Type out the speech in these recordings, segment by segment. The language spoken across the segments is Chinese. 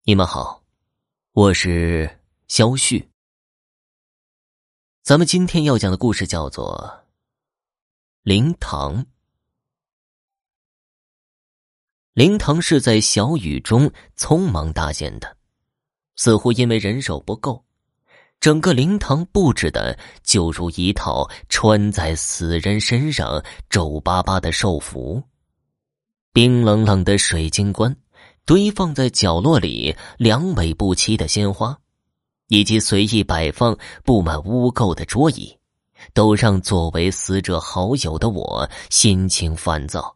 你们好，我是肖旭。咱们今天要讲的故事叫做灵堂。灵堂是在小雨中匆忙搭建的，似乎因为人手不够，整个灵堂布置的就如一套穿在死人身上皱巴巴的寿服。冰冷冷的水晶棺堆放在角落里，两尾不齐的鲜花，以及随意摆放布满污垢的桌椅，都让作为死者好友的我心情烦躁。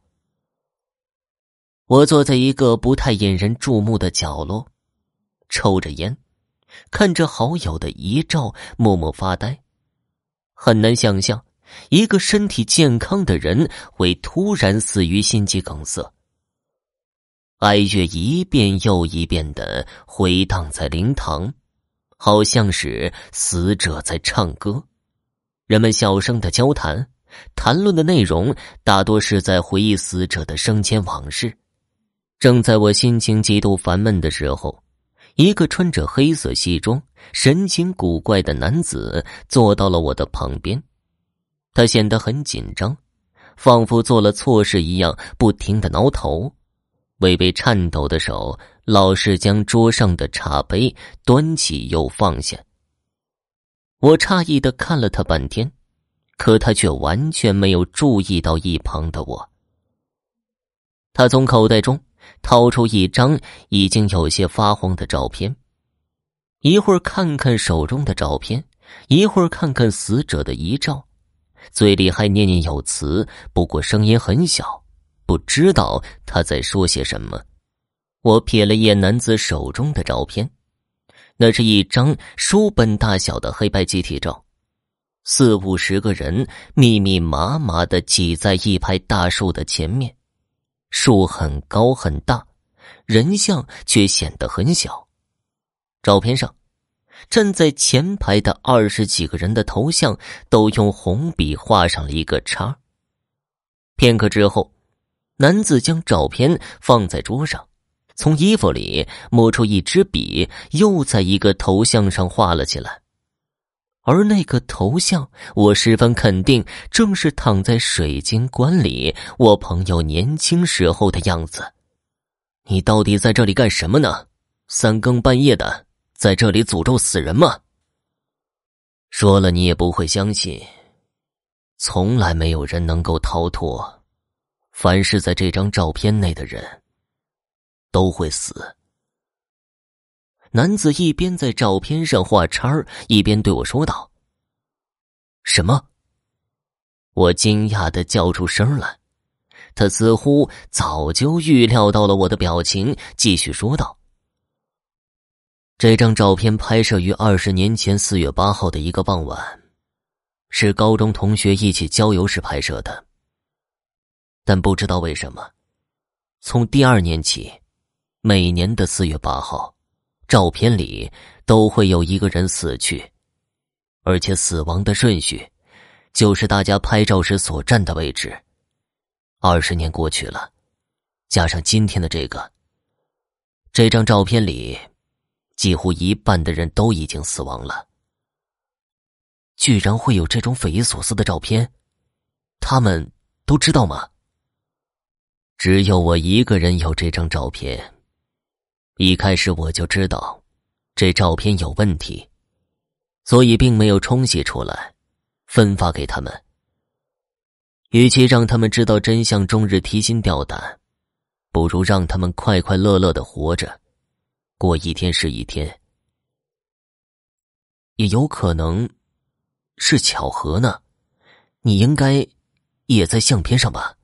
我坐在一个不太引人注目的角落，抽着烟，看着好友的遗照，默默发呆。很难想象一个身体健康的人会突然死于心肌梗塞。哀乐一遍又一遍地回荡在灵堂，好像是死者在唱歌。人们小声地交谈，谈论的内容大多是在回忆死者的生前往事。正在我心情极度烦闷的时候，一个穿着黑色西装、神情古怪的男子坐到了我的旁边。他显得很紧张，仿佛做了错事一样，不停地挠头，微微颤抖的手老是将桌上的茶杯端起又放下。我诧异地看了他半天，可他却完全没有注意到一旁的我。他从口袋中掏出一张已经有些发黄的照片，一会儿看看手中的照片，一会儿看看死者的遗照，嘴里还念念有词，不过声音很小，不知道他在说些什么。我瞥了一眼男子手中的照片，那是一张书本大小的黑白集体照，40-50个人密密麻麻地挤在一排大树的前面，树很高很大，人像却显得很小。照片上站在前排的20几个人的头像都用红笔画上了一个叉。片刻之后，男子将照片放在桌上，从衣服里摸出一支笔，又在一个头像上画了起来。而那个头像，我十分肯定正是躺在水晶棺里我朋友年轻时候的样子。你到底在这里干什么呢？3更半夜的，在这里诅咒死人吗？说了你也不会相信，从来没有人能够逃脱，凡是在这张照片内的人都会死。男子一边在照片上画叉，一边对我说道：什么？我惊讶地叫出声来。他似乎早就预料到了我的表情，继续说道：这张照片拍摄于20年前4月8号的一个傍晚，是高中同学一起郊游时拍摄的。但不知道为什么，从第2年起，每年的4月8号，照片里都会有一个人死去，而且死亡的顺序就是大家拍照时所站的位置。20年过去了，加上今天的这张照片里几乎一半的人都已经死亡了。居然会有这种匪夷所思的照片，他们都知道吗？只有我一个人有这张照片。一开始我就知道这照片有问题，所以并没有冲洗出来分发给他们。与其让他们知道真相终日提心吊胆，不如让他们快快乐乐地活着，过一天是一天。也有可能是巧合呢，你应该也在相片上吧？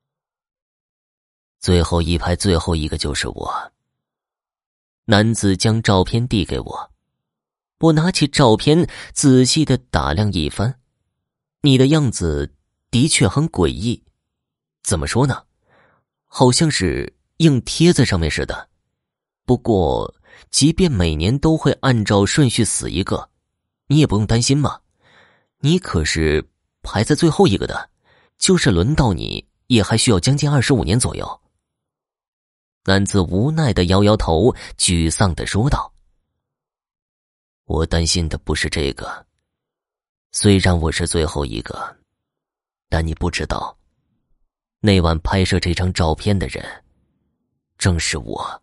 最后一排最后一个就是我。男子将照片递给我，我拿起照片仔细地打量一番。你的样子的确很诡异，怎么说呢？好像是硬贴在上面似的。不过即便每年都会按照顺序死一个，你也不用担心嘛。你可是排在最后一个的，就是轮到你也还需要将近25年左右。 男子无奈地摇摇头，沮丧地说道：我担心的不是这个，虽然我是最后一个，但你不知道，那晚拍摄这张照片的人正是我。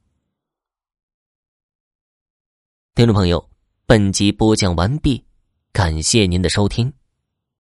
听众朋友，本集播讲完毕，感谢您的收听。